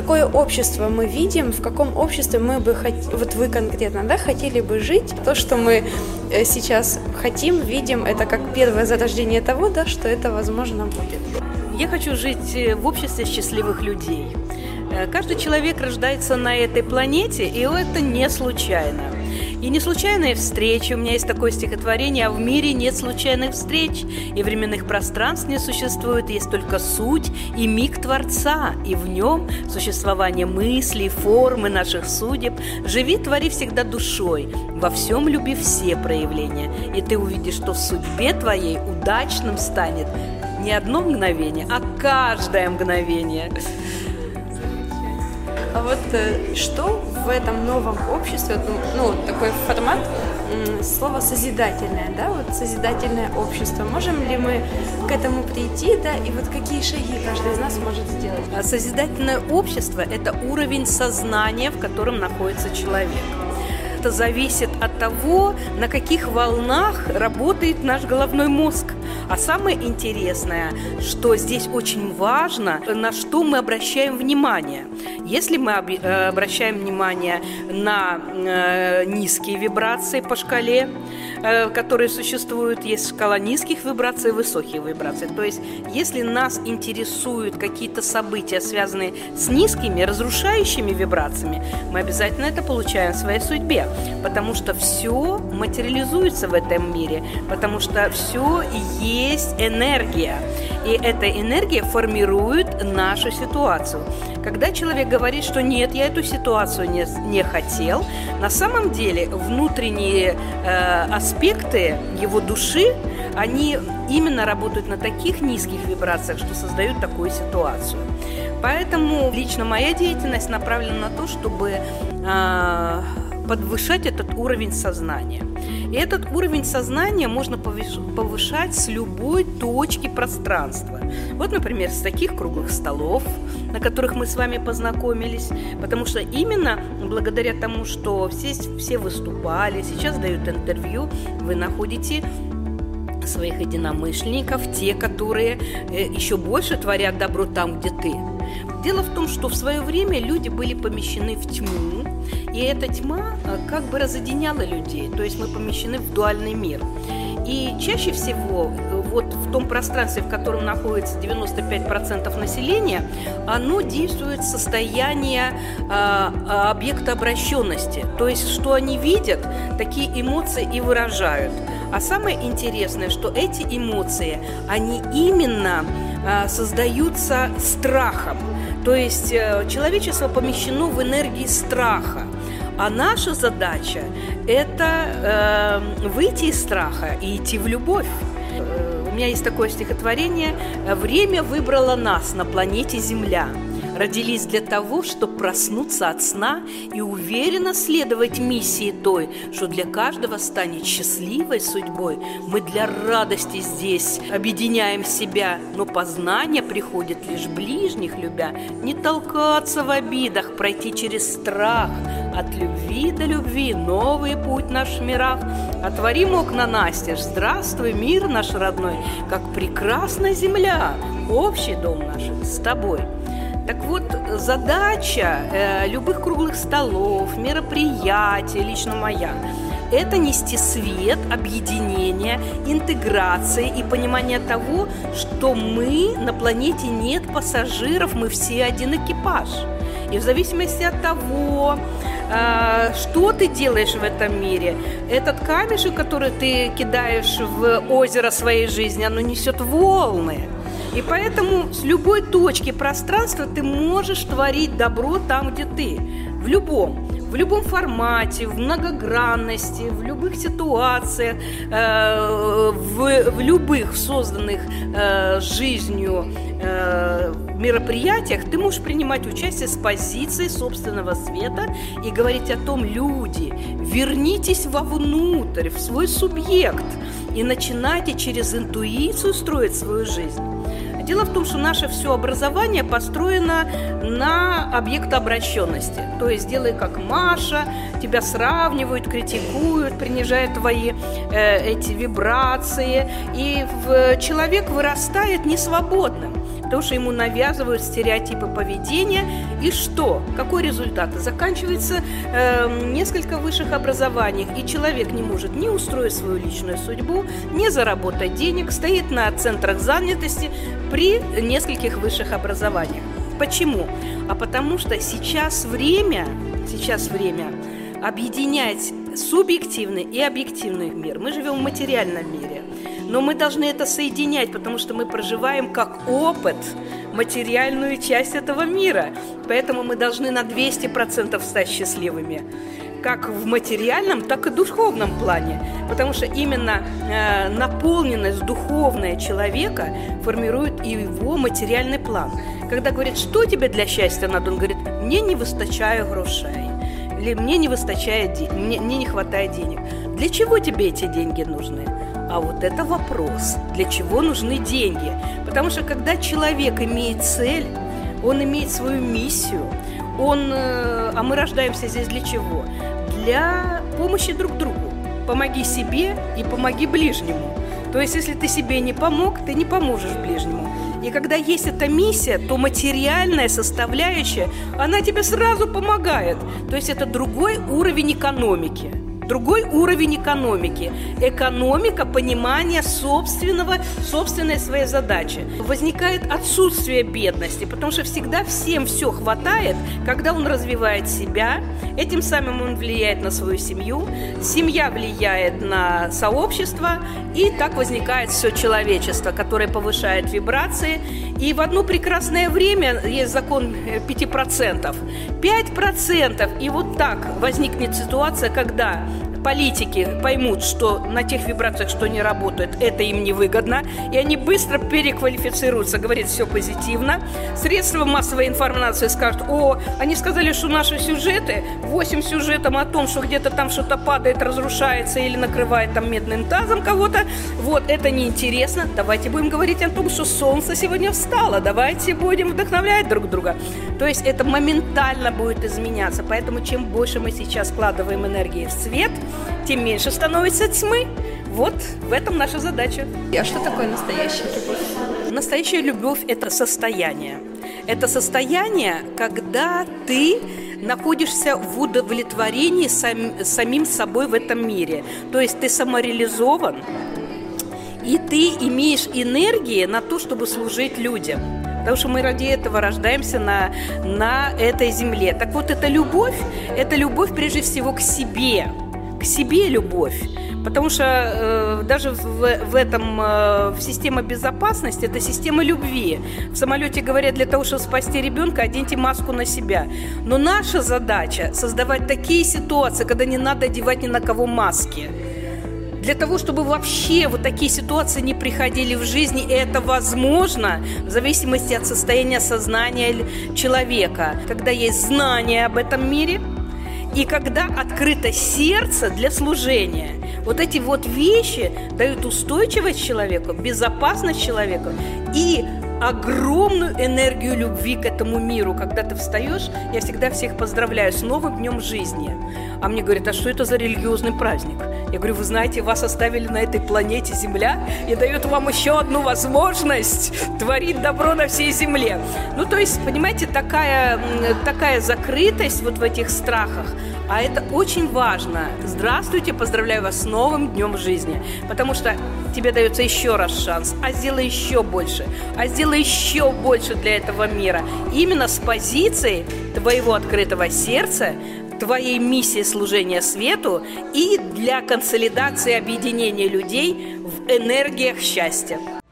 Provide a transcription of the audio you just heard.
какое общество мы видим, в каком обществе мы бы вот вы конкретно, да, хотели бы жить. То, что мы сейчас хотим, видим, это как первое зарождение того, да, что это возможно будет. Я хочу жить в обществе счастливых людей. Каждый человек рождается на этой планете, и это не случайно. И не случайные встречи. У меня есть такое стихотворение: «А в мире нет случайных встреч, и временных пространств не существует, есть только суть и миг Творца, и в нем существование мыслей, формы наших судеб. Живи, твори всегда душой, во всем люби все проявления, и ты увидишь, что в судьбе твоей удачным станет не одно мгновение, а каждое мгновение». А вот что в этом новом обществе, ну, такой формат, слово «созидательное», да, вот созидательное общество. Можем ли мы к этому прийти, да, и вот какие шаги каждый из нас может сделать? А созидательное общество – это уровень сознания, в котором находится человек. Это зависит от того, на каких волнах работает наш головной мозг. А самое интересное, что здесь очень важно, на что мы обращаем внимание. Если мы обращаем внимание на низкие вибрации по шкале, которые существуют, есть шкала низких вибраций и высоких вибраций. То есть, если нас интересуют какие-то события, связанные с низкими, разрушающими вибрациями, мы обязательно это получаем в своей судьбе, потому что все материализуется в этом мире, потому что все есть энергия, и эта энергия формирует нашу ситуацию. Когда человек говорит, что нет, я эту ситуацию не хотел, на самом деле внутренние аспекты его души, они именно работают на таких низких вибрациях, что создают такую ситуацию. Поэтому лично моя деятельность направлена на то, чтобы подвышать этот уровень сознания. И этот уровень сознания можно повышать с любой точки пространства. Вот, например, с таких круглых столов, на которых мы с вами познакомились, потому что именно благодаря тому, что все выступали, сейчас дают интервью, вы находите своих единомышленников, те, которые еще больше творят добро там, где ты. Дело в том, что в свое время люди были помещены в тьму, и эта тьма как бы разъединяла людей, то есть мы помещены в дуальный мир. И чаще всего вот в том пространстве, в котором находится 95% населения, оно действует в состоянии объекта обращенности. То есть, что они видят, такие эмоции и выражают. А самое интересное, что эти эмоции, они именно создаются страхом. То есть человечество помещено в энергии страха. А наша задача – это выйти из страха и идти в любовь. У меня есть такое стихотворение: «Время выбрало нас на планете Земля. Родились для того, чтобы проснуться от сна и уверенно следовать миссии той, что для каждого станет счастливой судьбой. Мы для радости здесь объединяем себя, но познание приходит лишь ближних любя. Не толкаться в обидах, пройти через страх. От любви до любви новый путь наш в мирах. Отворим окна настежь, здравствуй, мир наш родной, как прекрасна земля, общий дом наш с тобой». Так вот, задача любых круглых столов, мероприятий, лично моя, это нести свет, объединение, интеграции и понимание того, что мы на планете нет пассажиров, мы все один экипаж. И в зависимости от того, что ты делаешь в этом мире, этот камешек, который ты кидаешь в озеро своей жизни, оно несет волны. И поэтому с любой точки пространства ты можешь творить добро там, где ты, в любом формате, в многогранности, в любых ситуациях, в любых созданных жизнью мероприятиях ты можешь принимать участие с позиции собственного света и говорить о том: люди, вернитесь вовнутрь, в свой субъект и начинайте через интуицию строить свою жизнь. Дело в том, что наше все образование построено на объектообращенности. То есть делай как Маша, тебя сравнивают, критикуют, принижают твои эти вибрации. И человек вырастает несвободным. потому что ему навязывают стереотипы поведения. И что? Какой результат? Заканчивается несколько высших образований, и человек не может ни устроить свою личную судьбу, ни заработать денег, стоит на центрах занятости при нескольких высших образованиях. Почему? А потому что сейчас время объединять субъективный и объективный мир. Мы живем в материальном мире, но мы должны это соединять, потому что мы проживаем как опыт материальную часть этого мира. Поэтому мы должны на 200% стать счастливыми, как в материальном, так и в духовном плане. Потому что именно наполненность духовная человека формирует и его материальный план. Когда говорит, что тебе для счастья надо, он говорит, мне не выстачает грошей, или мне не хватает денег. Для чего тебе эти деньги нужны? А вот это вопрос, для чего нужны деньги? Потому что когда человек имеет цель, он имеет свою миссию, а мы рождаемся здесь для чего? Для помощи друг другу. Помоги себе и помоги ближнему. То есть, если ты себе не помог, ты не поможешь ближнему. И когда есть эта миссия, то материальная составляющая, она тебе сразу помогает. То есть это другой уровень экономики. Экономика понимания собственной своей задачи. Возникает отсутствие бедности, потому что всегда всем все хватает, когда он развивает себя. Этим самым он влияет на свою семью, семья влияет на сообщество, и так возникает все человечество, которое повышает вибрации. И в одно прекрасное время есть закон 5%. 5%. И вот так возникнет ситуация, когда политики поймут, что на тех вибрациях, что не работают, это им невыгодно, и они быстро переквалифицируются, говорят, все позитивно. Средства массовой информации скажут, они сказали, что наши сюжеты, 8 сюжетов о том, что где-то там что-то падает, разрушается или накрывает там медным тазом кого-то, вот, это неинтересно. Давайте будем говорить о том, что солнце сегодня встало, давайте будем вдохновлять друг друга. То есть это моментально будет изменяться, поэтому чем больше мы сейчас вкладываем энергии в свет, тем меньше становится тьмы. Вот в этом наша задача. А что такое настоящая любовь? Настоящая любовь – это состояние. Это состояние, когда ты находишься в удовлетворении самим собой в этом мире. То есть ты самореализован, и ты имеешь энергии на то, чтобы служить людям. Потому что мы ради этого рождаемся на этой земле. Так вот, это любовь прежде всего к себе любовь. Потому что даже в системе безопасности это система любви. В самолете говорят, для того, чтобы спасти ребенка, оденьте маску на себя. Но наша задача создавать такие ситуации, когда не надо одевать ни на кого маски. Для того, чтобы вообще вот такие ситуации не приходили в жизни, и это возможно в зависимости от состояния сознания человека. Когда есть знание об этом мире, и когда открыто сердце для служения. Вот эти вот вещи дают устойчивость человеку, безопасность человеку и огромную энергию любви к этому миру. Когда ты встаешь, я всегда всех поздравляю с новым днем жизни. А мне говорят, а что это за религиозный праздник? Я говорю, вы знаете, вас оставили на этой планете Земля и дают вам еще одну возможность творить добро на всей Земле. Ну, то есть, понимаете, такая закрытость вот в этих страхах. А это очень важно. Здравствуйте, поздравляю вас с новым днем жизни. Потому что тебе дается еще раз шанс. А сделай еще больше. А сделай еще больше для этого мира. Именно с позиции твоего открытого сердца, твоей миссии служения свету и для консолидации объединения людей в энергиях счастья.